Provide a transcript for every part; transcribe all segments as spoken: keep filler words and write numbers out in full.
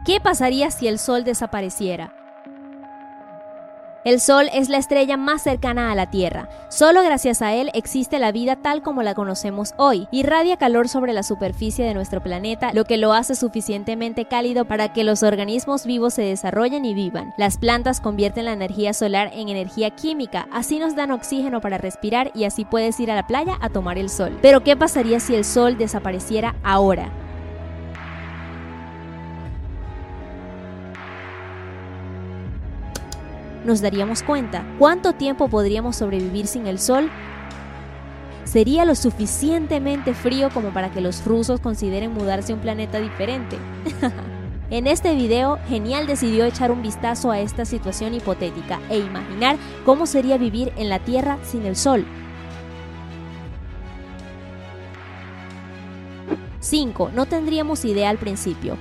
¿Qué pasaría si el Sol desapareciera? El Sol es la estrella más cercana a la Tierra. Solo gracias a él existe la vida tal como la conocemos hoy. Irradia calor sobre la superficie de nuestro planeta, lo que lo hace suficientemente cálido para que los organismos vivos se desarrollen y vivan. Las plantas convierten la energía solar en energía química, así nos dan oxígeno para respirar y así puedes ir a la playa a tomar el sol. Pero ¿qué pasaría si el Sol desapareciera ahora? ¿Nos daríamos cuenta cuánto tiempo podríamos sobrevivir sin el Sol? ¿Sería lo suficientemente frío como para que los rusos consideren mudarse a un planeta diferente? En este video, Genial decidió echar un vistazo a esta situación hipotética e imaginar cómo sería vivir en la Tierra sin el Sol. cinco. No tendríamos idea al principio.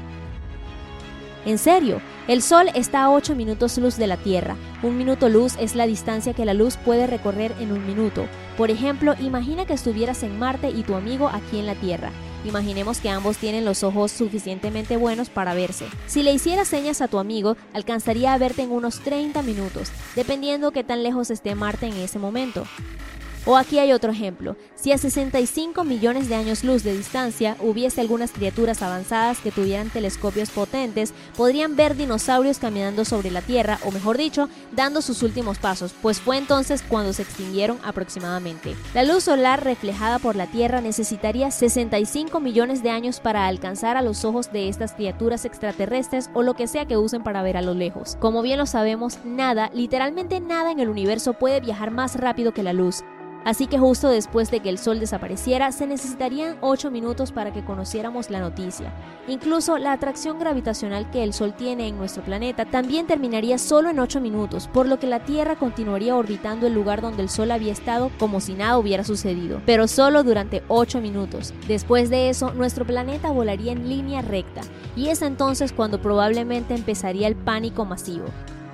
En serio, el Sol está a ocho minutos luz de la Tierra. Un minuto luz es la distancia que la luz puede recorrer en un minuto. Por ejemplo, imagina que estuvieras en Marte y tu amigo aquí en la Tierra. Imaginemos que ambos tienen los ojos suficientemente buenos para verse. Si le hicieras señas a tu amigo, alcanzaría a verte en unos treinta minutos, dependiendo qué tan lejos esté Marte en ese momento. O aquí hay otro ejemplo. Si a sesenta y cinco millones de años luz de distancia hubiese algunas criaturas avanzadas que tuvieran telescopios potentes, podrían ver dinosaurios caminando sobre la Tierra, o mejor dicho, dando sus últimos pasos, pues fue entonces cuando se extinguieron aproximadamente. La luz solar reflejada por la Tierra necesitaría sesenta y cinco millones de años para alcanzar a los ojos de estas criaturas extraterrestres o lo que sea que usen para ver a lo lejos. Como bien lo sabemos, nada, literalmente nada en el universo puede viajar más rápido que la luz. Así que justo después de que el Sol desapareciera, se necesitarían ocho minutos para que conociéramos la noticia. Incluso la atracción gravitacional que el Sol tiene en nuestro planeta también terminaría solo en ocho minutos, por lo que la Tierra continuaría orbitando el lugar donde el Sol había estado como si nada hubiera sucedido, pero solo durante ocho minutos. Después de eso, nuestro planeta volaría en línea recta, y es entonces cuando probablemente empezaría el pánico masivo.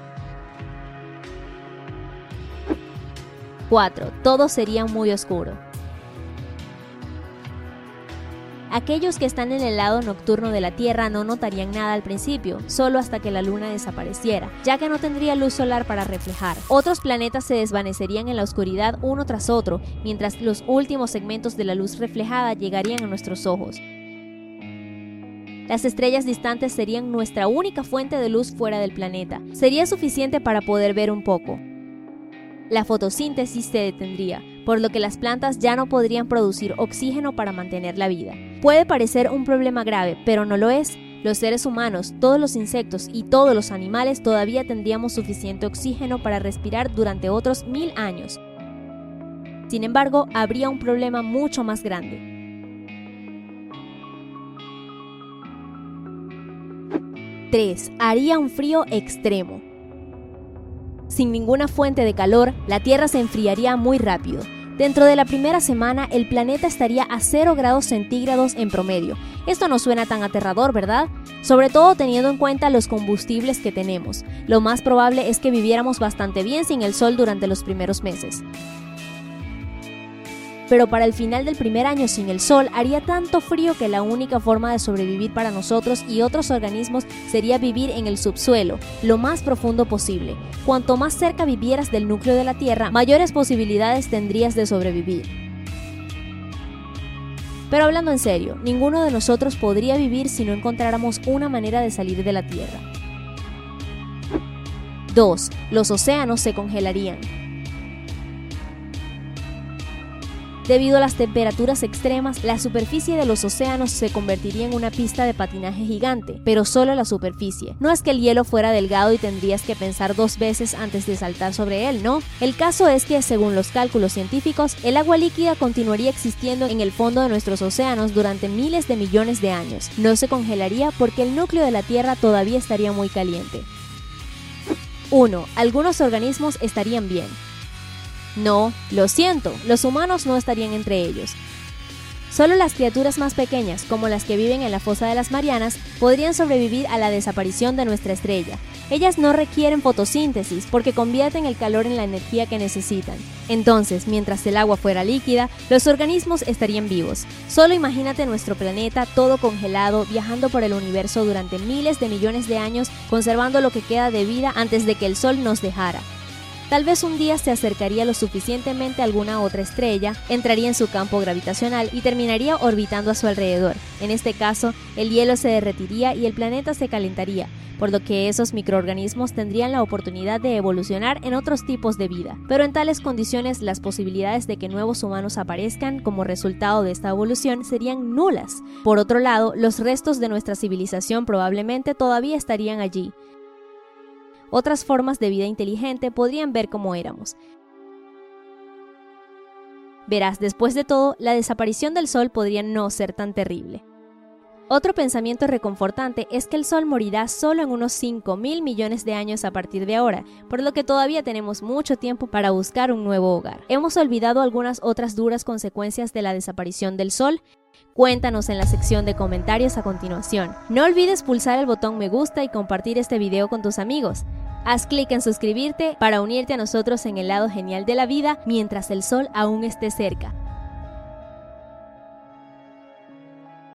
cuatro. Todo sería muy oscuro. Aquellos que están en el lado nocturno de la Tierra no notarían nada al principio, solo hasta que la Luna desapareciera, ya que no tendría luz solar para reflejar. Otros planetas se desvanecerían en la oscuridad uno tras otro, mientras los últimos segmentos de la luz reflejada llegarían a nuestros ojos. Las estrellas distantes serían nuestra única fuente de luz fuera del planeta. Sería suficiente para poder ver un poco. La fotosíntesis se detendría, por lo que las plantas ya no podrían producir oxígeno para mantener la vida. Puede parecer un problema grave, pero no lo es. Los seres humanos, todos los insectos y todos los animales todavía tendríamos suficiente oxígeno para respirar durante otros mil años. Sin embargo, habría un problema mucho más grande. tres. Haría un frío extremo. Sin ninguna fuente de calor, la Tierra se enfriaría muy rápido. Dentro de la primera semana, el planeta estaría a cero grados centígrados en promedio. Esto no suena tan aterrador, ¿verdad? Sobre todo teniendo en cuenta los combustibles que tenemos. Lo más probable es que viviéramos bastante bien sin el Sol durante los primeros meses. Pero para el final del primer año sin el Sol haría tanto frío que la única forma de sobrevivir para nosotros y otros organismos sería vivir en el subsuelo, lo más profundo posible. Cuanto más cerca vivieras del núcleo de la Tierra, mayores posibilidades tendrías de sobrevivir. Pero hablando en serio, ninguno de nosotros podría vivir si no encontráramos una manera de salir de la Tierra. dos. Los océanos se congelarían. Debido a las temperaturas extremas, la superficie de los océanos se convertiría en una pista de patinaje gigante, pero solo la superficie. No es que el hielo fuera delgado y tendrías que pensar dos veces antes de saltar sobre él, ¿no? El caso es que, según los cálculos científicos, el agua líquida continuaría existiendo en el fondo de nuestros océanos durante miles de millones de años. No se congelaría porque el núcleo de la Tierra todavía estaría muy caliente. uno. Algunos organismos estarían bien. No, lo siento, los humanos no estarían entre ellos. Solo las criaturas más pequeñas, como las que viven en la fosa de las Marianas, podrían sobrevivir a la desaparición de nuestra estrella. Ellas no requieren fotosíntesis porque convierten el calor en la energía que necesitan. Entonces, mientras el agua fuera líquida, los organismos estarían vivos. Solo imagínate nuestro planeta todo congelado, viajando por el universo durante miles de millones de años, conservando lo que queda de vida antes de que el Sol nos dejara. Tal vez un día se acercaría lo suficientemente a alguna otra estrella, entraría en su campo gravitacional y terminaría orbitando a su alrededor. En este caso, el hielo se derretiría y el planeta se calentaría, por lo que esos microorganismos tendrían la oportunidad de evolucionar en otros tipos de vida. Pero en tales condiciones, las posibilidades de que nuevos humanos aparezcan como resultado de esta evolución serían nulas. Por otro lado, los restos de nuestra civilización probablemente todavía estarían allí. Otras formas de vida inteligente podrían ver cómo éramos. Verás, después de todo, la desaparición del Sol podría no ser tan terrible. Otro pensamiento reconfortante es que el Sol morirá solo en unos cinco mil millones de años a partir de ahora, por lo que todavía tenemos mucho tiempo para buscar un nuevo hogar. ¿Hemos olvidado algunas otras duras consecuencias de la desaparición del Sol? Cuéntanos en la sección de comentarios a continuación. No olvides pulsar el botón me gusta y compartir este video con tus amigos. Haz clic en suscribirte para unirte a nosotros en el lado genial de la vida mientras el Sol aún esté cerca.